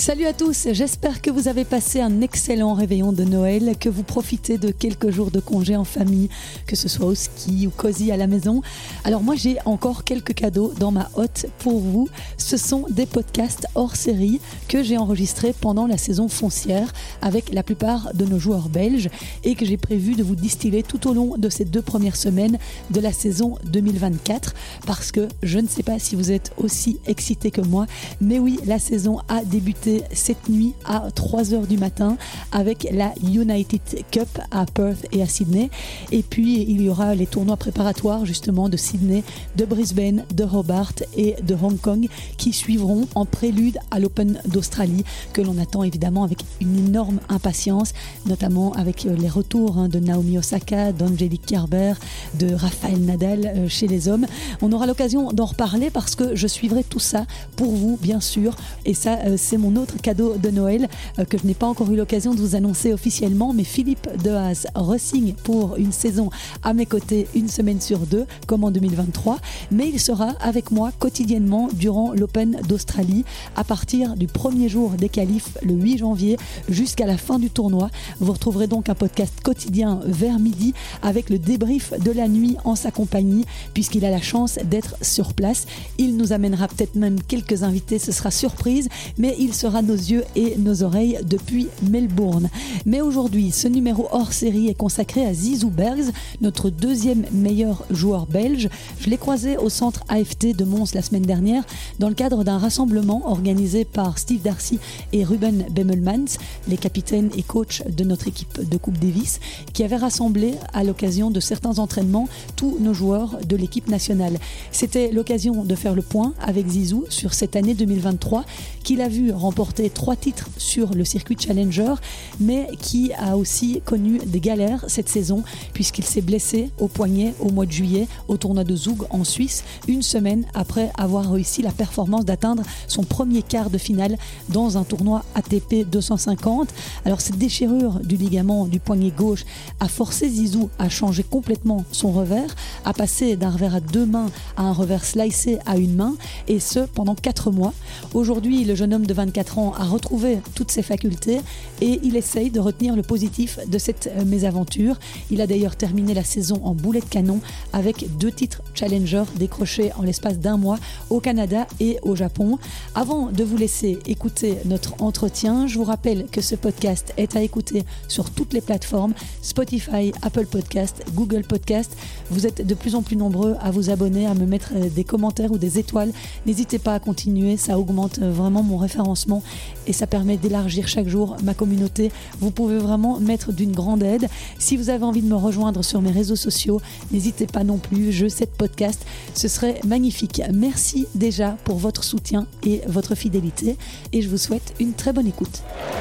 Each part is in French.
Salut à tous, j'espère que vous avez passé un excellent réveillon de Noël, que vous profitez de quelques jours de congé en famille, que ce soit au ski ou cosy à la maison. Alors moi j'ai encore quelques cadeaux dans ma hotte pour vous. Ce sont des podcasts hors série que j'ai enregistrés pendant la saison foncière avec la plupart de nos joueurs belges et que j'ai prévu de vous distiller tout au long de ces 2 premières semaines de la saison 2024 parce que je ne sais pas si vous êtes aussi excités que moi, mais oui, la saison a débuté cette nuit à 3h du matin avec la United Cup à Perth et à Sydney. Et puis il y aura les tournois préparatoires justement de Sydney, de Brisbane, de Hobart et de Hong Kong qui suivront en prélude à l'Open d'Australie que l'on attend évidemment avec une énorme impatience, notamment avec les retours de Naomi Osaka, d'Angelique Kerber, de Rafael Nadal chez les hommes. On aura l'occasion d'en reparler parce que je suivrai tout ça pour vous bien sûr, et ça c'est mon autre cadeau de Noël que je n'ai pas encore eu l'occasion de vous annoncer officiellement, mais Philippe Dehaze re-signe pour une saison à mes côtés 1 semaine sur 2 comme en 2023, mais il sera avec moi quotidiennement durant l'Open d'Australie à partir du premier jour des qualifs le 8 janvier jusqu'à la fin du tournoi. Vous retrouverez donc un podcast quotidien vers midi avec le débrief de la nuit en sa compagnie puisqu'il a la chance d'être sur place. Il nous amènera peut-être même quelques invités, ce sera surprise, mais il sera nos yeux et nos oreilles depuis Melbourne. Mais aujourd'hui, ce numéro hors série est consacré à Zizou Bergs, notre 2e meilleur joueur belge. Je l'ai croisé au centre AFT de Mons la semaine dernière dans le cadre d'un rassemblement organisé par Steve Darcy et Ruben Bemelmans, les capitaines et coachs de notre équipe de Coupe Davis, qui avaient rassemblé à l'occasion de certains entraînements tous nos joueurs de l'équipe nationale. C'était l'occasion de faire le point avec Zizou sur cette année 2023 qu'il a vu remporter 3 titres sur le circuit Challenger, mais qui a aussi connu des galères cette saison puisqu'il s'est blessé au poignet au mois de juillet au tournoi de Zug en Suisse, 1 semaine après avoir réussi la performance d'atteindre son premier quart de finale dans un tournoi ATP 250. Alors cette déchirure du ligament du poignet gauche a forcé Zizou à changer complètement son revers, à passer d'un revers à 2 mains à un revers slicé à 1 main, et ce pendant 4 mois. Aujourd'hui, le jeune homme de 24 ans a retrouvé toutes ses facultés et il essaye de retenir le positif de cette mésaventure. Il a d'ailleurs terminé la saison en boulet de canon avec 2 titres Challenger décrochés en l'espace d'1 mois au Canada et au Japon. Avant de vous laisser écouter notre entretien, je vous rappelle que ce podcast est à écouter sur toutes les plateformes, Spotify, Apple Podcast, Google Podcast. Vous êtes de plus en plus nombreux à vous abonner, à me mettre des commentaires ou des étoiles. N'hésitez pas à continuer, ça augmente vraiment mon référencement et ça permet d'élargir chaque jour ma communauté. Vous pouvez vraiment m'être d'une grande aide. Si vous avez envie de me rejoindre sur mes réseaux sociaux, n'hésitez pas non plus, je sais podcast, ce serait magnifique. Merci déjà pour votre soutien et votre fidélité et je vous souhaite une très bonne écoute.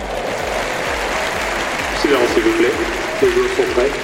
Silence s'il vous plaît, les joueurs sont prêts.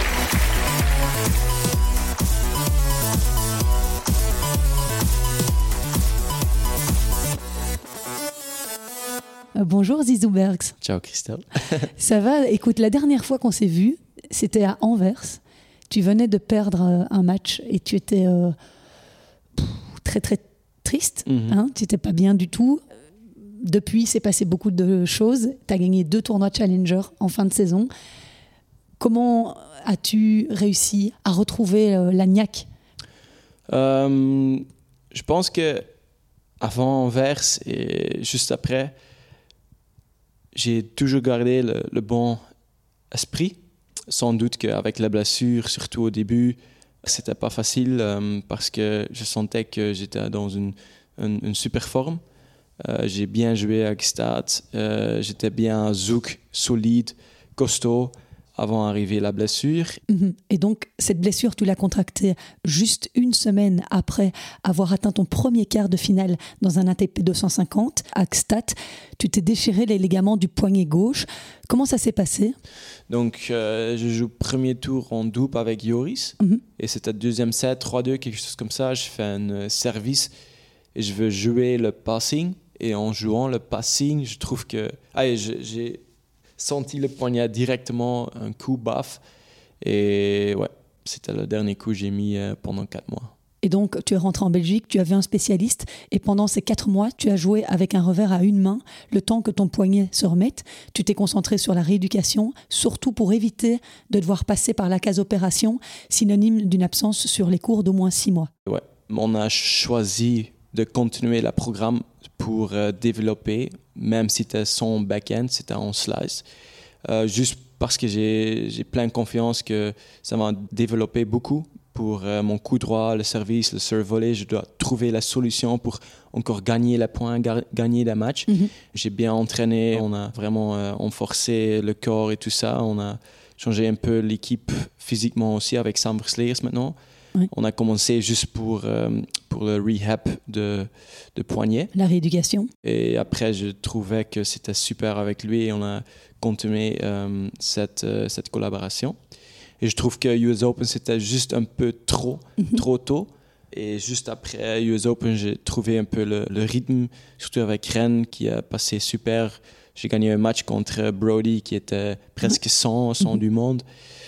Bonjour Zizou Bergs. Ciao Christelle. Ça va? Écoute, la dernière fois qu'on s'est vu, c'était à Anvers. Tu venais de perdre un match et tu étais très très triste. Hein, tu n'étais pas bien du tout. Depuis, il s'est passé beaucoup de choses. Tu as gagné 2 tournois Challenger en fin de saison. Comment as-tu réussi à retrouver la niaque? Je pense que avant Anvers et juste après, j'ai toujours gardé le bon esprit. Sans doute qu'avec la blessure, surtout au début, c'était pas facile parce que je sentais que j'étais dans une super forme. J'ai bien joué à Gstaad, j'étais bien zouk, solide, costaud avant d'arriver la blessure. Et donc, cette blessure, tu l'as contractée juste 1 semaine après avoir atteint ton premier quart de finale dans un ATP 250 à Gstaad. Tu t'es déchiré les ligaments du poignet gauche. Comment ça s'est passé? Donc, je joue premier tour en double avec Joris. Et c'était le 2e set, 3-2, quelque chose comme ça. Je fais un service et je veux jouer le passing. Et en jouant le passing, je trouve que... j'ai senti le poignet directement, un coup baf. Et ouais, c'était le dernier coup que j'ai mis pendant 4 mois. Et donc, tu es rentré en Belgique, tu avais un spécialiste et pendant ces 4 mois, tu as joué avec un revers à une main le temps que ton poignet se remette. Tu t'es concentré sur la rééducation, surtout pour éviter de devoir passer par la case opération, synonyme d'une absence sur les cours d'au moins 6 mois. Ouais. On a choisi de continuer le programme pour développer, même si c'était sans back-end, c'était en slice. Juste parce que j'ai plein de confiance que ça va développer beaucoup pour mon coup droit, le service, le serve volley. Je dois trouver la solution pour encore gagner les points, gagner des matchs. J'ai bien entraîné, on a vraiment renforcé le corps et tout ça. On a changé un peu l'équipe physiquement aussi avec Sam Versleers maintenant. Oui. On a commencé juste pour le rehab de poignet. La rééducation. Et après, je trouvais que c'était super avec lui et on a continué cette collaboration. Et je trouve que US Open, c'était juste un peu trop tôt. Et juste après US Open, j'ai trouvé un peu le rythme, surtout avec Rennes qui a passé super. J'ai gagné un match contre Brody qui était presque 100 du monde.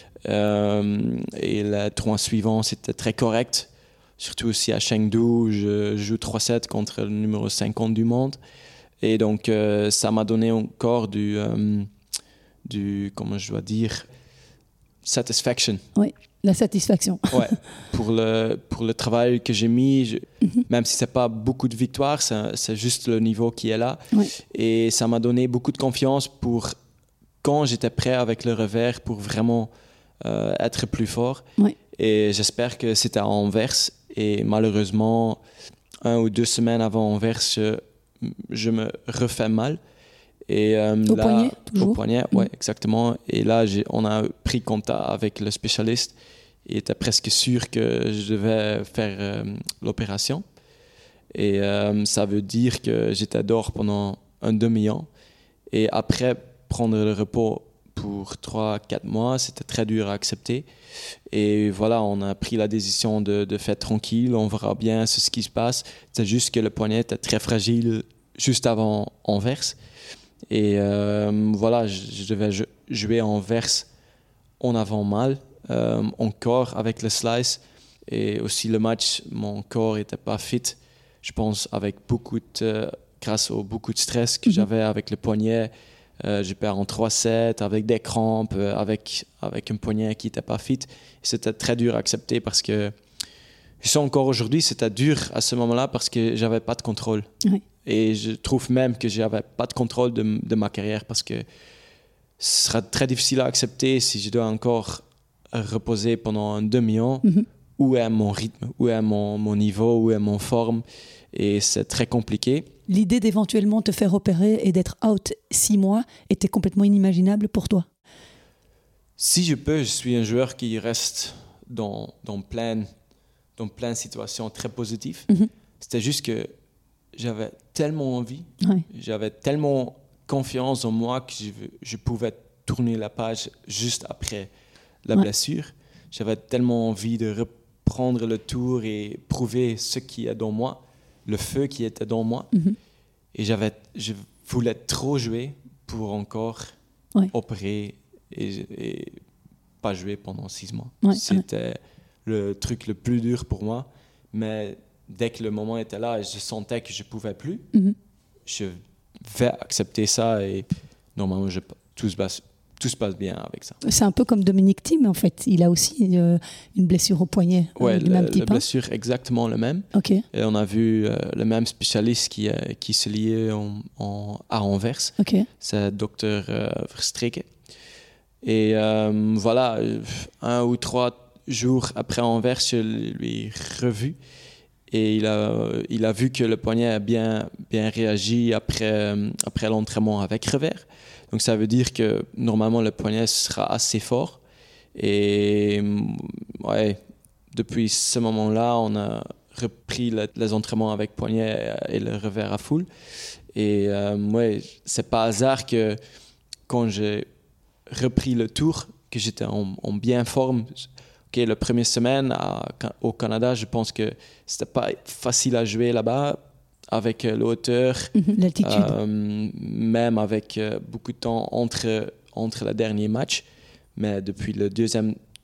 Et le tournoi suivant, c'était très correct. Surtout aussi à Chengdu, je joue 3-7 contre le numéro 50 du monde. Et donc, ça m'a donné encore du comment je dois dire, satisfaction. Oui, la satisfaction. Ouais, pour le travail que j'ai mis, même si ce n'est pas beaucoup de victoires, c'est juste le niveau qui est là. Oui. Et ça m'a donné beaucoup de confiance pour quand j'étais prêt avec le revers pour vraiment être plus fort. Oui. Et j'espère que c'était à Anvers. Et malheureusement, 1 ou 2 semaines avant Anvers, je me refais mal. Et poignet, toujours? Au poignet, oui, exactement. Et là, on a pris contact avec le spécialiste. Il était presque sûr que je devais faire l'opération. Et ça veut dire que j'étais dehors pendant un demi-an. Et après, prendre le repos pour 3-4 mois, c'était très dur à accepter. Et voilà, on a pris la décision de faire tranquille, on verra bien ce qui se passe. C'est juste que le poignet était très fragile juste avant Anvers. Et voilà, je devais jouer à Anvers en avant mal, encore avec le slice. Et aussi le match, mon corps n'était pas fit, je pense, avec grâce au beaucoup de stress que j'avais avec le poignet. Je perds en 3-7 avec des crampes, avec un poignet qui n'était pas fit. C'était très dur à accepter parce que je sens encore aujourd'hui, c'était dur à ce moment-là parce que je n'avais pas de contrôle. Oui. Et je trouve même que je n'avais pas de contrôle de ma carrière parce que ce sera très difficile à accepter si je dois encore reposer pendant un demi-an. Où est mon rythme, où est mon niveau, où est mon forme. Et c'est très compliqué. L'idée d'éventuellement te faire opérer et d'être out 6 mois était complètement inimaginable pour toi? Si je peux, je suis un joueur qui reste dans plein de situations très positives. C'était juste que j'avais tellement envie, j'avais tellement confiance en moi que je pouvais tourner la page juste après la blessure. J'avais tellement envie de reprendre le tour et prouver ce qui est dans moi, le feu qui était dans moi. Et je voulais trop jouer pour encore opérer et pas jouer pendant 6 mois. C'était le truc le plus dur pour moi. Mais dès que le moment était là et je sentais que je ne pouvais plus, je vais accepter ça et normalement, tout se passe bien avec ça. C'est un peu comme Dominic Thiem, en fait. Il a aussi une blessure au poignet. Oui, la blessure exactement le même. Okay. Et on a vu le même spécialiste qui se liait à Anvers. Okay. C'est Dr. Verstreke. Et voilà, 1 ou 3 jours après Anvers, je l'ai revu. Et il a vu que le poignet a bien réagi après l'entraînement avec revers. Donc ça veut dire que normalement le poignet sera assez fort. Et depuis ce moment-là, on a repris les entraînements avec poignet et le revers à full. Et c'est pas hasard que quand j'ai repris le tour, que j'étais en bien forme. La première semaine au Canada, je pense que c'était pas facile à jouer là-bas avec la hauteur, l'altitude, même avec beaucoup de temps entre les derniers matchs. Mais depuis le deuxième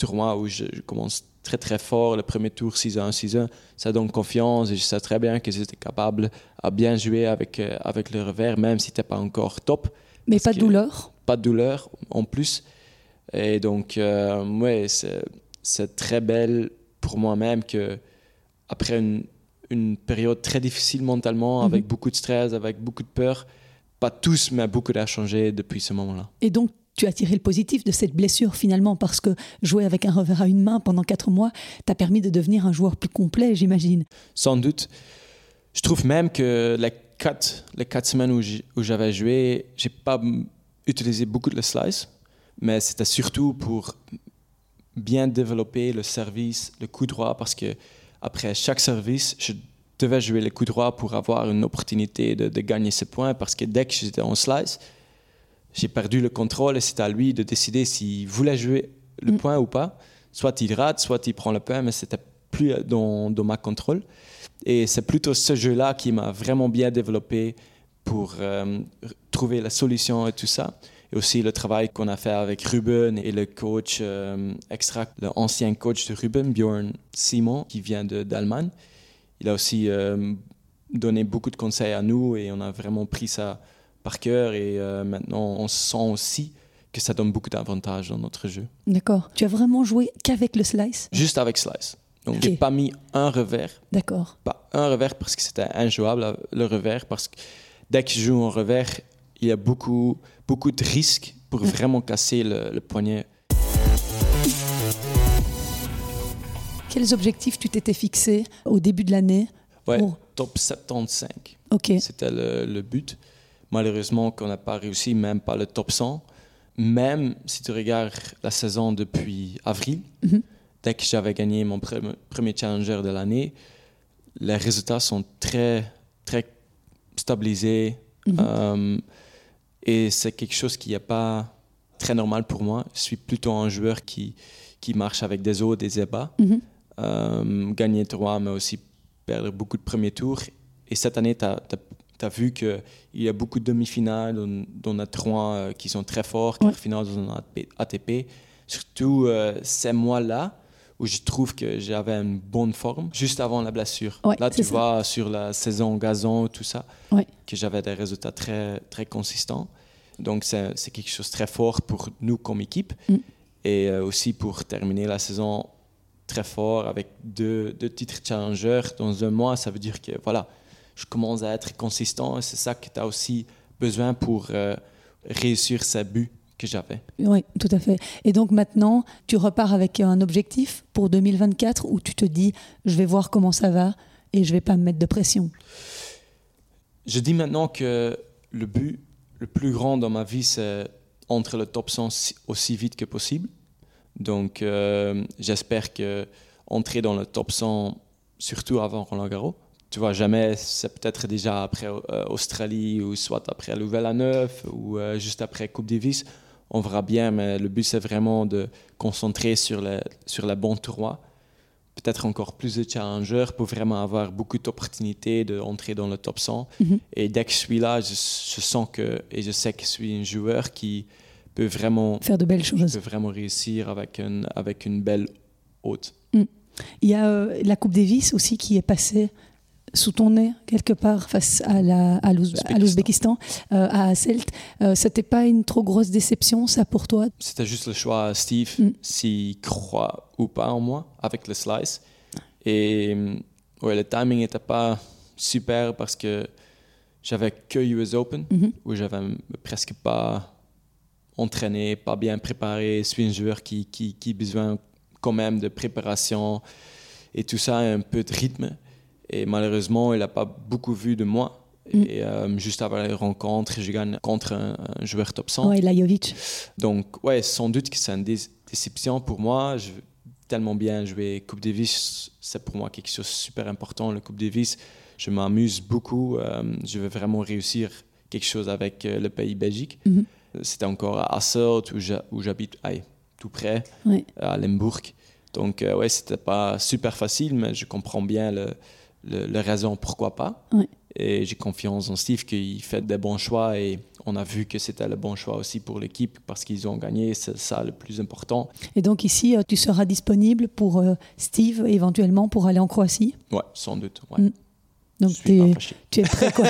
tournoi où je commence très très fort, le premier tour 6-1, 6-1, ça donne confiance et je sais très bien que j'étais capable à bien jouer avec le revers, même si c'était pas encore top. Mais pas de douleur? Pas de douleur en plus. Et donc, ouais, c'est très belle pour moi-même que après une période très difficile mentalement, avec beaucoup de stress, avec beaucoup de peur, pas tous, mais beaucoup a changé depuis ce moment-là. Et donc, tu as tiré le positif de cette blessure finalement, parce que jouer avec un revers à une main pendant 4 mois t'a permis de devenir un joueur plus complet, j'imagine. Sans doute. Je trouve même que les 4 semaines où j'avais joué, j'ai pas utilisé beaucoup de le slice, mais c'était surtout pour bien développer le service, le coup droit, parce que après chaque service, je devais jouer le coup droit pour avoir une opportunité de gagner ce point, parce que dès que j'étais en slice, j'ai perdu le contrôle et c'est à lui de décider s'il voulait jouer le point ou pas. Soit il rate, soit il prend le point, mais c'était plus dans ma contrôle. Et c'est plutôt ce jeu-là qui m'a vraiment bien développé pour trouver la solution et tout ça. Et aussi le travail qu'on a fait avec Ruben et le coach extra, l'ancien coach de Ruben, Björn Simon, qui vient d'Allemagne. Il a aussi donné beaucoup de conseils à nous et on a vraiment pris ça par cœur et maintenant on sent aussi que ça donne beaucoup d'avantages dans notre jeu. D'accord. Tu as vraiment joué qu'avec le slice? Juste avec slice. Donc j'ai pas mis un revers. D'accord. Pas un revers parce que c'était injouable le revers, parce que dès que je joue en revers, il y a beaucoup de risques pour vraiment casser le poignet. Quels objectifs tu t'étais fixé au début de l'année? Ouais, top 75. Ok. C'était le but. Malheureusement, qu'on n'a pas réussi, même pas le top 100. Même si tu regardes la saison depuis avril, dès que j'avais gagné mon premier challenger de l'année, les résultats sont très, très stabilisés. Et c'est quelque chose qui n'est pas très normal pour moi. Je suis plutôt un joueur qui marche avec des hauts, des bas. Gagner 3, mais aussi perdre beaucoup de premiers tours. Et cette année, tu as vu qu'il y a beaucoup de demi-finales, dont on a 3 qui sont très forts, quart-finales dans ATP. Surtout ces mois-là, où je trouve que j'avais une bonne forme, juste avant la blessure. Ouais, là, tu vois, sur la saison gazon, tout ça, que j'avais des résultats très, très consistants. Donc, c'est quelque chose de très fort pour nous comme équipe. Et aussi pour terminer la saison très fort avec 2 titres challengers dans un mois, ça veut dire que voilà, je commence à être consistant et c'est ça que tu as aussi besoin pour réussir ces buts que j'avais. Oui, tout à fait. Et donc maintenant, tu repars avec un objectif pour 2024 où tu te dis, je vais voir comment ça va et je ne vais pas me mettre de pression? Je dis maintenant que le but le plus grand dans ma vie, c'est entrer le top 100 aussi vite que possible. Donc, j'espère qu'entrer dans le top 100, surtout avant Roland-Garros, tu vois, jamais, c'est peut-être déjà après Australie ou soit après Louvain-la-Neuve ou juste après Coupe Davis. On verra bien, mais le but, c'est vraiment de concentrer sur la bonne tournoi. Peut-être encore plus de challengers pour vraiment avoir beaucoup d'opportunités d'entrer dans le top 100. Et dès que je suis là, je sens et je sais que je suis un joueur qui peut vraiment faire de belles choses. Peut vraiment réussir avec une belle hôte. Il y a la Coupe Davis aussi qui est passée sous ton nez, quelque part, face à l'Ouzbékistan, à Hasselt. C'était pas une trop grosse déception, ça, pour toi? C'était juste le choix à Steve, s'il croit ou pas en moi, avec le slice. Et le timing n'était pas super parce que j'avais que US Open, où j'avais presque pas entraîné, pas bien préparé. Je suis un joueur qui a besoin quand même de préparation et tout ça, un peu de rythme. Et malheureusement, il n'a pas beaucoup vu de moi. Et juste avant la rencontre, je gagne contre un joueur top 100. Ouais, Lajovic. Donc, sans doute que c'est une déception pour moi. Je veux tellement bien jouer Coupe Davis. C'est pour moi quelque chose de super important, le Coupe Davis. Je m'amuse beaucoup. Je veux vraiment réussir quelque chose avec le pays Belgique. C'était encore à Hasselt, où j'habite tout près, à Limbourg. Donc, c'était pas super facile, mais je comprends bien la raison pourquoi pas. Et j'ai confiance en Steve qu'il fait des bons choix et on a vu que c'était le bon choix aussi pour l'équipe parce qu'ils ont gagné, c'est ça le plus important. Et donc ici, tu seras disponible pour Steve éventuellement pour aller en Croatie? Ouais, sans doute. Ouais. Donc tu es prêt quoi.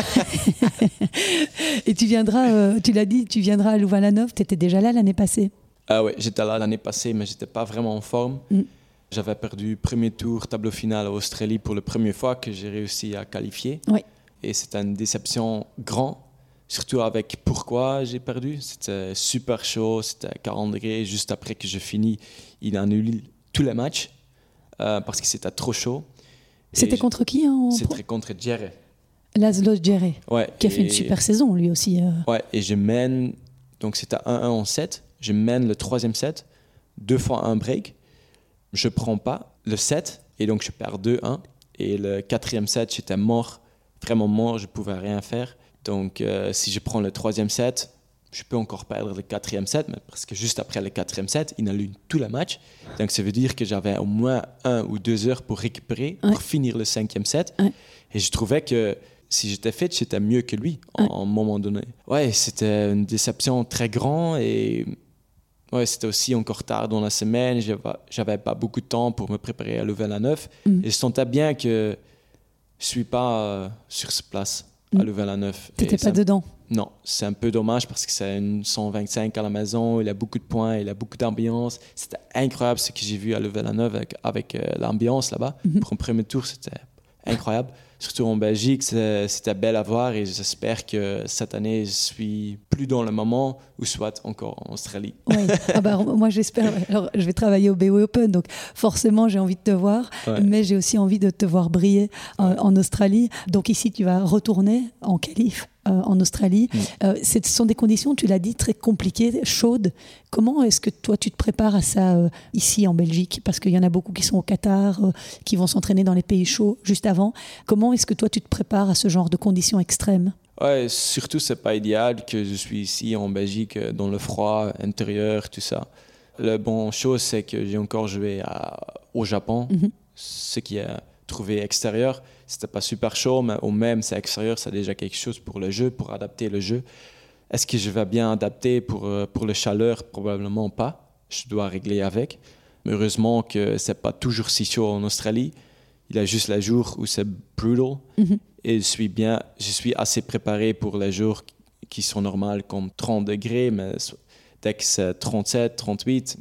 Et tu viendras, tu l'as dit, tu viendras à Louvain-la-Neuve, tu étais déjà là l'année passée? Oui, j'étais là l'année passée mais je n'étais pas vraiment en forme. J'avais perdu premier tour, tableau final à Australie pour la première fois que j'ai réussi à qualifier. Oui. Et c'était une déception grande, surtout avec pourquoi j'ai perdu. C'était super chaud, c'était 40 degrés. Juste après que je finis, il annule tous les matchs parce que c'était trop chaud. C'était contre qui C'était contre Djere. Laszlo Djere, ouais, qui a fait une super saison lui aussi. Ouais, et je mène, donc c'était 1-1 en 7. Je mène le troisième set, 2 fois un break. Je ne prends pas le set et donc je perds 2-1. Et le quatrième set, j'étais mort. Vraiment mort, je ne pouvais rien faire. Donc, si je prends le troisième set, je peux encore perdre le quatrième set, mais parce que juste après le quatrième set, il annule tout le match. Donc, ça veut dire que j'avais au moins 1 ou 2 heures pour récupérer, pour finir le cinquième set. Et je trouvais que si j'étais fit, j'étais mieux que lui à un moment donné. Ouais, c'était une déception très grande et ouais, c'était aussi encore tard dans la semaine. J'avais pas beaucoup de temps pour me préparer à Louvain-la-Neuve. Et je sentais bien que je suis pas sur ce place à Louvain-la-Neuve. T'étais pas dedans? Non, c'est un peu dommage parce que c'est une 125 à la maison, il a beaucoup de points, il a beaucoup d'ambiance. C'était incroyable ce que j'ai vu à Louvain-la-Neuve avec l'ambiance là-bas. Pour un premier tour, c'était incroyable. Surtout en Belgique, c'était belle à voir et j'espère que cette année, je suis plus dans le moment ou soit encore en Australie. Oui. Moi, j'espère. Alors, je vais travailler au BOE Open, donc forcément, j'ai envie de te voir, mais j'ai aussi envie de te voir briller en Australie. Donc ici, tu vas retourner en qualif en Australie. Ce sont des conditions, tu l'as dit, très compliquées, chaudes. Comment est-ce que toi, tu te prépares à ça ici en Belgique? Parce qu'il y en a beaucoup qui sont au Qatar, qui vont s'entraîner dans les pays chauds juste avant. Comment est-ce que toi, tu te prépares à ce genre de conditions extrêmes? Ouais, surtout, c'est pas idéal que je suis ici en Belgique, dans le froid intérieur, tout ça. La bonne chose, c'est que j'ai encore joué au Japon, ce qui est trouvé extérieur. C'était pas super chaud, mais au même, c'est extérieur, c'est déjà quelque chose pour le jeu, pour adapter le jeu. Est-ce que je vais bien adapter pour la chaleur? Probablement pas. Je dois régler avec. Mais heureusement que c'est pas toujours si chaud en Australie. Il y a juste les jours où c'est brutal. Et je suis assez préparé pour les jours qui sont normaux comme 30 degrés, mais dès que c'est 37, 38,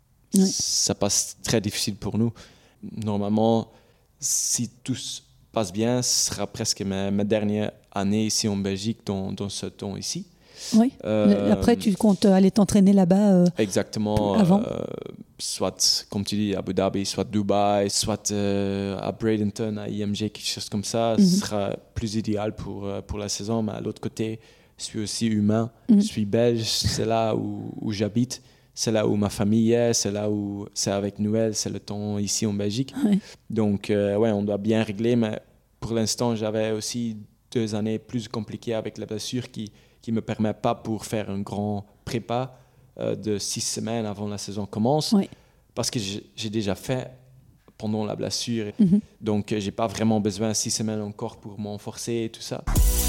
ça passe très difficile pour nous. Normalement, si tout passe bien, ce sera presque ma dernière année ici en Belgique dans ce temps ici. Oui. Après, tu comptes aller t'entraîner là-bas exactement. Avant soit, comme tu dis, à Abu Dhabi, soit Dubaï, soit à Bradenton, à IMG, quelque chose comme ça. Ce sera plus idéal pour la saison. Mais à l'autre côté, je suis aussi humain. Je suis belge, c'est là où j'habite. C'est là où ma famille est, c'est là où c'est avec Noël, c'est le temps ici en Belgique. Donc, on doit bien régler. Mais pour l'instant, j'avais aussi 2 années plus compliquées avec la blessure qui ne me permet pas pour faire un grand prépa de 6 semaines avant la saison commence. Parce que j'ai déjà fait pendant la blessure. Donc, je n'ai pas vraiment besoin de 6 semaines encore pour m'enforcer et tout ça.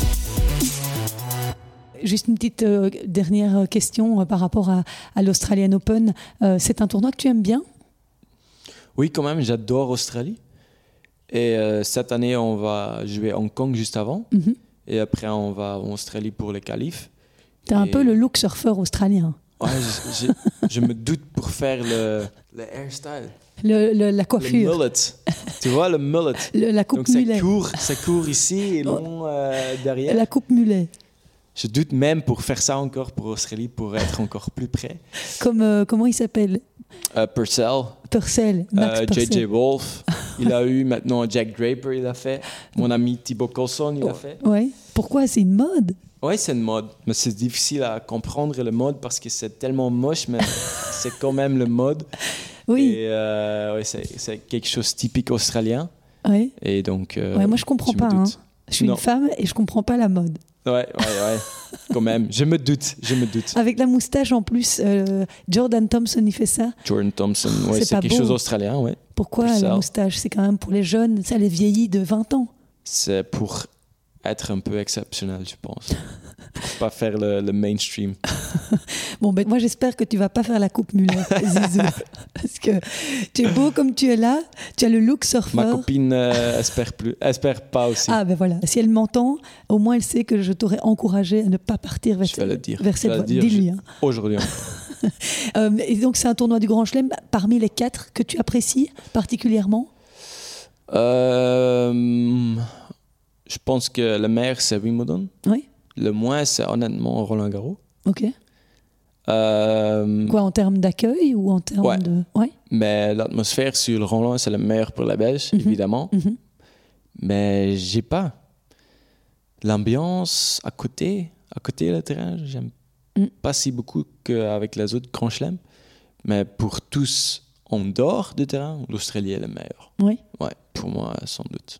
Juste une petite dernière question par rapport à l'Australian Open. C'est un tournoi que tu aimes bien? Oui, quand même, j'adore l'Australie. Et cette année, on va jouer à Hong Kong juste avant. Et après, on va en Australie pour les qualifs. Tu as un peu le look surfeur australien. Ouais, je me doute pour faire le hairstyle. La coiffure. Le mullet. Tu vois, le mullet. La coupe mulet. Ça court ici et long derrière. La coupe mulet. Je doute même pour faire ça encore pour Australie, pour être encore plus près. Comment il s'appelle? Purcell. Max Purcell. JJ Wolf. Il a eu maintenant Jack Draper, il a fait. Mon ami Thibaut Colson, il a fait. Ouais. Pourquoi? C'est une mode? Oui, c'est une mode. Mais c'est difficile à comprendre le mode parce que c'est tellement moche, mais c'est quand même le mode. Oui. Et c'est quelque chose de typique australien. Oui. Et donc, moi, je comprends pas. Je suis une femme et je comprends pas la mode. Ouais. Quand même. Je me doute. Avec la moustache en plus, Jordan Thompson, il fait ça. Jordan Thompson, c'est quelque chose d'australien, ouais. Pourquoi la moustache? C'est quand même pour les jeunes, ça les vieillit de 20 ans. C'est pour être un peu exceptionnel, je pense. Pour pas faire le mainstream. Bon, ben, moi, j'espère que tu vas pas faire la coupe Muller, Zizou. Parce que tu es beau comme tu es là. Tu as le look surfeur. Ma copine espère pas aussi. Ah, ben voilà. Si elle m'entend, au moins, elle sait que je t'aurais encouragé à ne pas partir vers, Je vais le dire. vers cette voie. Dis-lui. Hein. Aujourd'hui. Et donc, c'est un tournoi du Grand Chelem parmi les 4 que tu apprécies particulièrement? Je pense que le meilleur, c'est Wimbledon. Oui. Le moins, c'est honnêtement Roland-Garros. Ok. Quoi, en termes d'accueil ou en termes de... Ouais. Mais l'atmosphère sur le Roland, c'est le meilleur pour la Belge, évidemment. Mais j'ai pas. L'ambiance à côté le terrain, j'aime pas si beaucoup qu'avec les autres grands chelems. Mais pour tous en dehors du terrain, l'Australie est le meilleur. Oui. Ouais, pour moi, sans doute.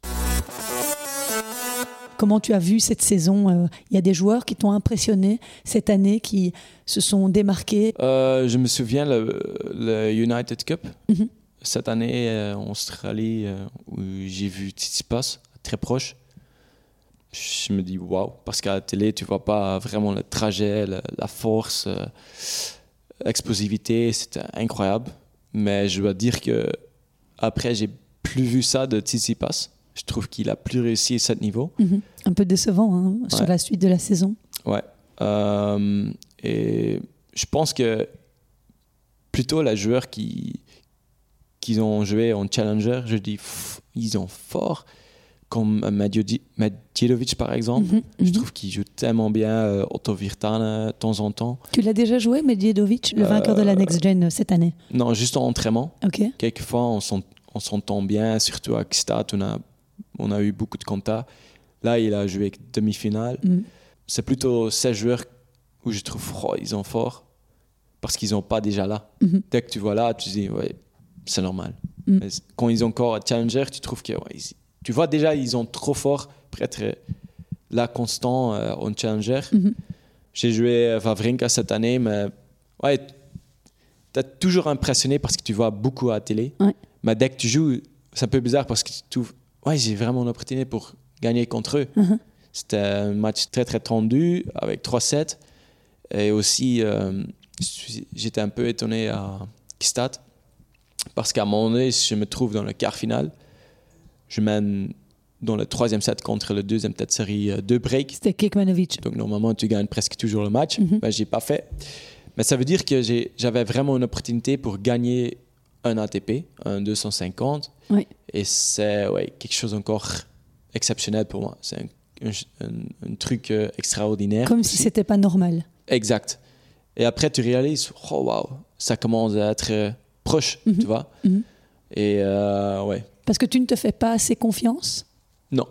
Comment tu as vu cette saison? Il y a des joueurs qui t'ont impressionné cette année, qui se sont démarqués? Je me souviens le United Cup. Cette année en Australie, où j'ai vu Tsitsipas très proche. Je me dis waouh, parce qu'à la télé, tu vois pas vraiment le trajet, la force, l'explosivité, c'était incroyable. Mais je dois dire que après, j'ai plus vu ça de Tsitsipas. Je trouve qu'il a plus réussi à ce niveau. Un peu décevant hein, sur la suite de la saison. Ouais. Et je pense que plutôt les joueurs qui ont joué en Challenger, je dis, ils sont forts. Comme Medjedovic, par exemple. Je trouve qu'il joue tellement bien. Otto Virtanen, de temps en temps. Tu l'as déjà joué, Medjedovic, le vainqueur de la Next Gen cette année? Non, juste en entraînement. Okay. Quelquefois, on s'entend bien, surtout à Kstad, on a eu beaucoup de contacts. Là, il a joué demi-finale. C'est plutôt ces joueurs où je trouve ils sont forts parce qu'ils n'ont pas déjà là. Dès que tu vois là, tu te dis, ouais, c'est normal. Mais quand ils ont encore un Challenger, tu trouves que tu vois déjà, ils sont trop forts pour être là constant en Challenger. J'ai joué Wawrinka cette année, mais ouais, tu es toujours impressionné parce que tu vois beaucoup à la télé. Ouais. Mais dès que tu joues, c'est un peu bizarre parce que j'ai vraiment une opportunité pour gagner contre eux. C'était un match très très tendu avec 3-7. Et aussi, j'étais un peu étonné à Kstad parce qu'à un moment donné, je me trouve dans le quart final. Je mène dans le 3e set contre le 2e tête série 2 breaks. C'était Kekmanovic. Donc normalement, tu gagnes presque toujours le match. Ben, je n'ai pas fait. Mais ça veut dire que j'avais vraiment une opportunité pour gagner un ATP, un 250. Oui. Et c'est quelque chose encore exceptionnel pour moi. C'est un truc extraordinaire. Comme si ce n'était pas normal. Exact. Et après, tu réalises, oh wow, ça commence à être proche, tu vois. Et ouais. Parce que tu ne te fais pas assez confiance? Non.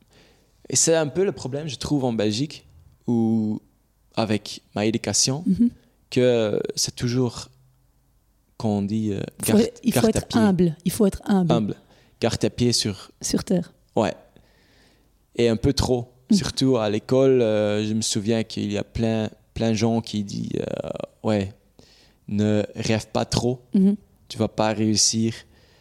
Et c'est un peu le problème, je trouve, en Belgique, où, avec ma éducation, que c'est toujours, quand on dit, il faut être humble. Il faut être humble. Garde tes pieds sur terre. Ouais. Et un peu trop. Surtout à l'école, je me souviens qu'il y a plein de gens qui disent, ouais, ne rêve pas trop, tu vas pas réussir.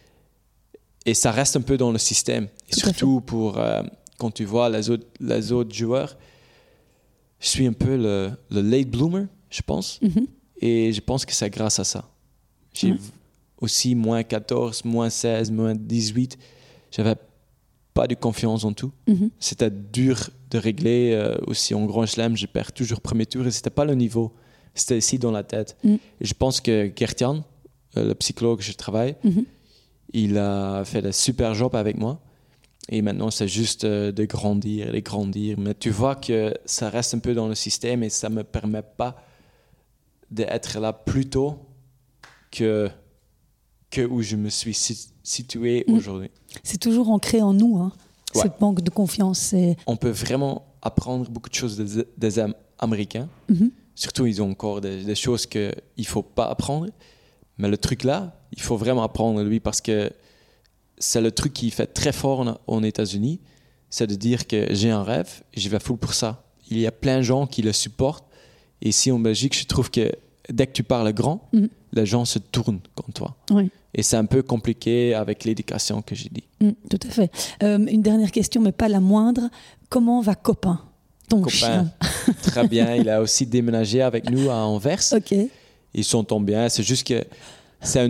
Et ça reste un peu dans le système. Et surtout pour quand tu vois les autres joueurs, je suis un peu le late bloomer, je pense. Et je pense que c'est grâce à ça. J'ai aussi moins 14, moins 16, moins 18. J'avais pas de confiance en tout. C'était dur de régler. Aussi en Grand Chelem, je perds toujours premier tour et c'était pas le niveau. C'était ici dans la tête. Et je pense que Gertjan, le psychologue que je travaille, il a fait un super job avec moi. Et maintenant, c'est juste de grandir. Mais tu vois que ça reste un peu dans le système et ça ne me permet pas d'être là plus tôt que où je me suis situé aujourd'hui. C'est toujours ancré en nous, hein, cette manque de confiance. On peut vraiment apprendre beaucoup de choses des Américains. Surtout, ils ont encore des choses qu'il ne faut pas apprendre. Mais le truc là, il faut vraiment apprendre de lui parce que c'est le truc qui fait très fort aux États-Unis, c'est de dire que j'ai un rêve et je vais full pour ça. Il y a plein de gens qui le supportent. Et ici en Belgique, je trouve que dès que tu parles grand, les gens se tournent contre toi. Oui. Et c'est un peu compliqué avec l'éducation que j'ai dit. Tout à fait. Une dernière question, mais pas la moindre. Comment va Copain, ton chien? Très bien. Il a aussi déménagé avec nous à Anvers. Ok. Ils s'entendent bien. C'est juste que c'est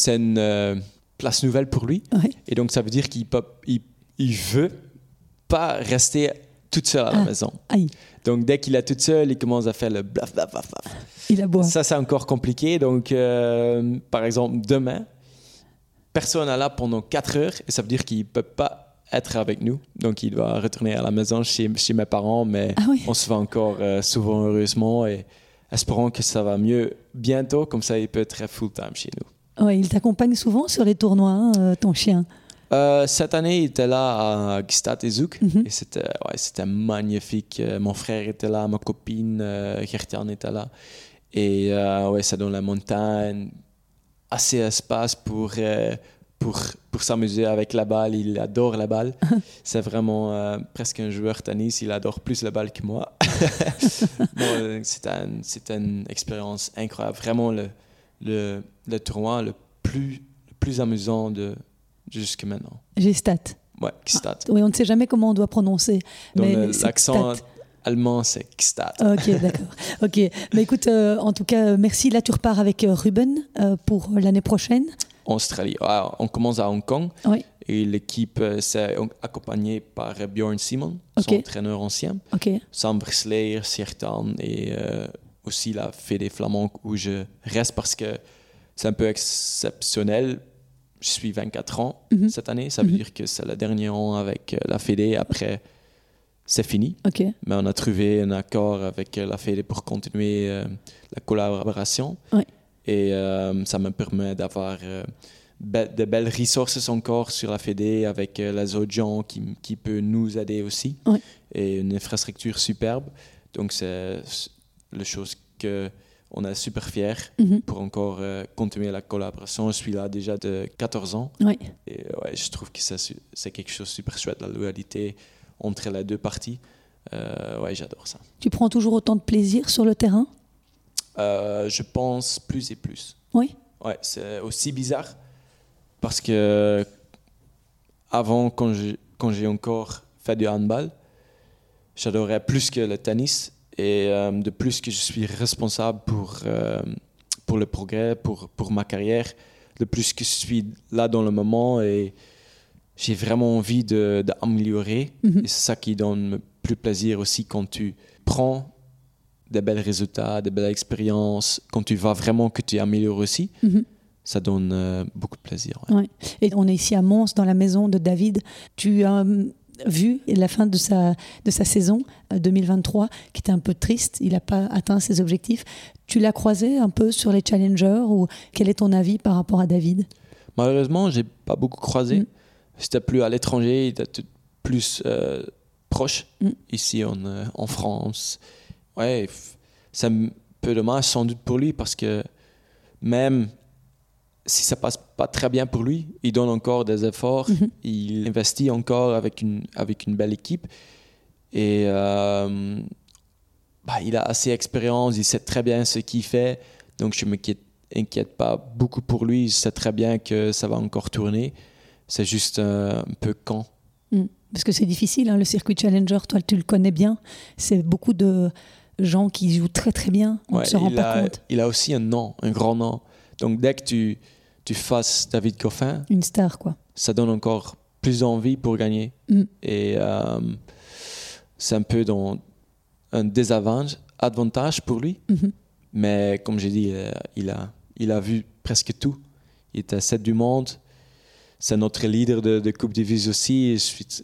une place nouvelle pour lui. Ouais. Et donc, ça veut dire qu'il veut pas rester toute seule à la maison. Aïe. Donc, dès qu'il est toute seule, il commence à faire le blaf, blaf, blaf, blaf. Il aboie. Ça, c'est encore compliqué. Donc, par exemple, demain, personne n'est là pendant 4 heures et ça veut dire qu'il ne peut pas être avec nous. Donc, il doit retourner à la maison chez mes parents, mais on se voit encore souvent, heureusement, et espérons que ça va mieux bientôt. Comme ça, il peut être full-time chez nous. Ouais, il t'accompagne souvent sur les tournois, ton chien? Cette année, il était là à Gstaad et Zouk et c'était magnifique. Mon frère était là, ma copine Gertiane était là. Et c'est dans la montagne, assez espace pour s'amuser avec la balle. Il adore la balle. C'est vraiment presque un joueur tennis. Il adore plus la balle que moi. Bon, c'était une expérience incroyable. Vraiment le tournoi le plus amusant de jusqu'à maintenant. Gstaad. Ouais, Gstaad. Oui, on ne sait jamais comment on doit prononcer. Mais l'accent allemand, c'est Gstaad. Ok, d'accord. Ok, mais écoute, en tout cas, merci. Là, tu repars avec Ruben pour l'année prochaine. En Australie. On commence à Hong Kong. Oui. Et l'équipe s'est accompagnée par Bjorn Simon, son entraîneur ancien. Sam Brisley, Siertan et aussi la Fédé Flamand où je reste parce que c'est un peu exceptionnel. Je suis 24 ans cette année. Ça veut dire que c'est le dernier an avec la Fédé. Après, c'est fini. Mais on a trouvé un accord avec la Fédé pour continuer la collaboration. Oui. Et ça me permet d'avoir de belles ressources encore sur la Fédé avec les autres gens qui peuvent nous aider aussi. Oui. Et une infrastructure superbe. Donc, c'est la chose qu'on est super fiers pour encore continuer la collaboration. Je suis là déjà de 14 ans. Oui. Et je trouve que c'est quelque chose de super chouette, la loyauté entre les deux parties. J'adore ça. Tu prends toujours autant de plaisir sur le terrain? Je pense plus et plus. Oui. Ouais, c'est aussi bizarre parce que avant, quand j'ai encore fait du handball, j'adorais plus que le tennis et de plus que je suis responsable pour le progrès, pour ma carrière, de plus que je suis là dans le moment et j'ai vraiment envie d'améliorer. Et c'est ça qui donne le plus plaisir aussi quand tu prends des bels résultats, des belles expériences, quand tu vois vraiment que tu améliores aussi, ça donne beaucoup de plaisir. Ouais. Ouais. Et on est ici à Mons, dans la maison de David. Tu as vu la fin de sa saison 2023, qui était un peu triste. Il n'a pas atteint ses objectifs. Tu l'as croisé un peu sur les challengers ou quel est ton avis par rapport à David? Malheureusement, je n'ai pas beaucoup croisé. C'était plus à l'étranger, il était plus proche, ici en France. Ouais, c'est un peu dommage sans doute pour lui parce que même si ça passe pas très bien pour lui, il donne encore des efforts, il investit encore avec une belle équipe et il a assez d'expérience, il sait très bien ce qu'il fait, donc je ne m'inquiète pas beaucoup pour lui, je sais très bien que ça va encore tourner, c'est juste un peu quand. Parce que c'est difficile, le circuit Challenger, toi tu le connais bien, c'est beaucoup de gens qui jouent très très bien, on ne se rend pas compte. Il a aussi un nom, un grand nom. Donc dès que tu fasses David Goffin, une star quoi. Ça donne encore plus envie pour gagner. Et c'est un peu dans un désavantage pour lui. Mais comme j'ai dit, il a vu presque tout. Il était 7 du monde. C'est notre leader de Coupe Davis aussi.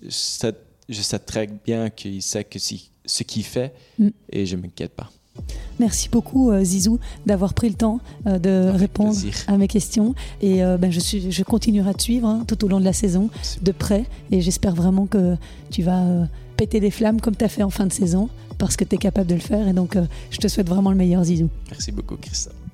Je sais très bien qu'il sait ce qu'il fait et je ne m'inquiète pas. Merci beaucoup Zizou d'avoir pris le temps de répondre à mes questions et je continuerai à te suivre tout au long de la saison de près et j'espère vraiment que tu vas péter des flammes comme tu as fait en fin de saison parce que tu es capable de le faire et donc je te souhaite vraiment le meilleur Zizou. Merci beaucoup Christophe.